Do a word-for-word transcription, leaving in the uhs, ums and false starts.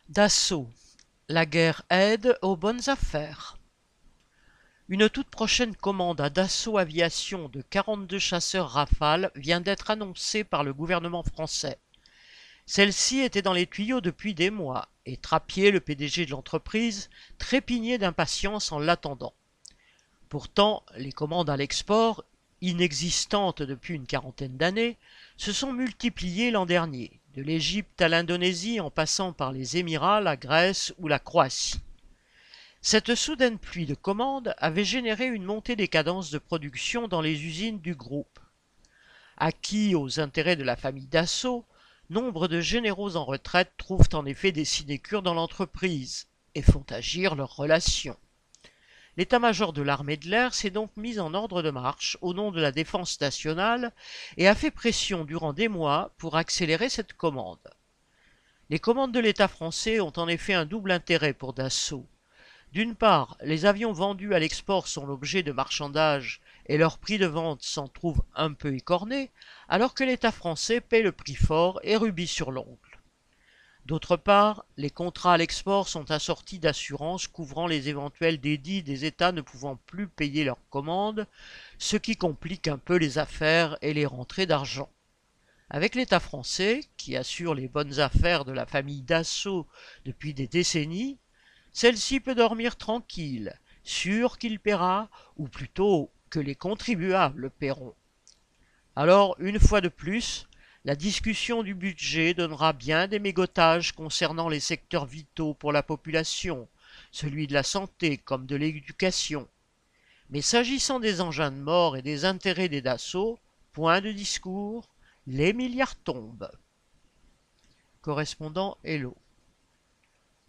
Dassault, la guerre aide aux bonnes affaires. Une toute prochaine commande à Dassault Aviation de quarante-deux chasseurs Rafale vient d'être annoncée par le gouvernement français. Celle-ci était dans les tuyaux depuis des mois, et Trappier, le P D G de l'entreprise, trépignait d'impatience en l'attendant. Pourtant, les commandes à l'export, inexistantes depuis une quarantaine d'années, se sont multipliées l'an dernier, de l'Égypte à l'Indonésie en passant par les Émirats, la Grèce ou la Croatie. Cette soudaine pluie de commandes avait généré une montée des cadences de production dans les usines du groupe. Acquis aux intérêts de la famille Dassault, nombre de généraux en retraite trouvent en effet des sinécures dans l'entreprise et font agir leurs relations. L'état-major de l'armée de l'air s'est donc mis en ordre de marche au nom de la défense nationale et a fait pression durant des mois pour accélérer cette commande. Les commandes de l'État français ont en effet un double intérêt pour Dassault. D'une part, les avions vendus à l'export sont l'objet de marchandage et leur prix de vente s'en trouve un peu écorné, alors que l'État français paie le prix fort et rubis sur l'ongle. D'autre part, les contrats à l'export sont assortis d'assurances couvrant les éventuels dédits des États ne pouvant plus payer leurs commandes, ce qui complique un peu les affaires et les rentrées d'argent. Avec l'État français, qui assure les bonnes affaires de la famille Dassault depuis des décennies, celle-ci peut dormir tranquille, sûre qu'il paiera, ou plutôt que les contribuables paieront. Alors, une fois de plus, la discussion du budget donnera bien des mégotages concernant les secteurs vitaux pour la population, celui de la santé comme de l'éducation. Mais s'agissant des engins de mort et des intérêts des Dassault, point de discours, les milliards tombent. Correspondant Hello.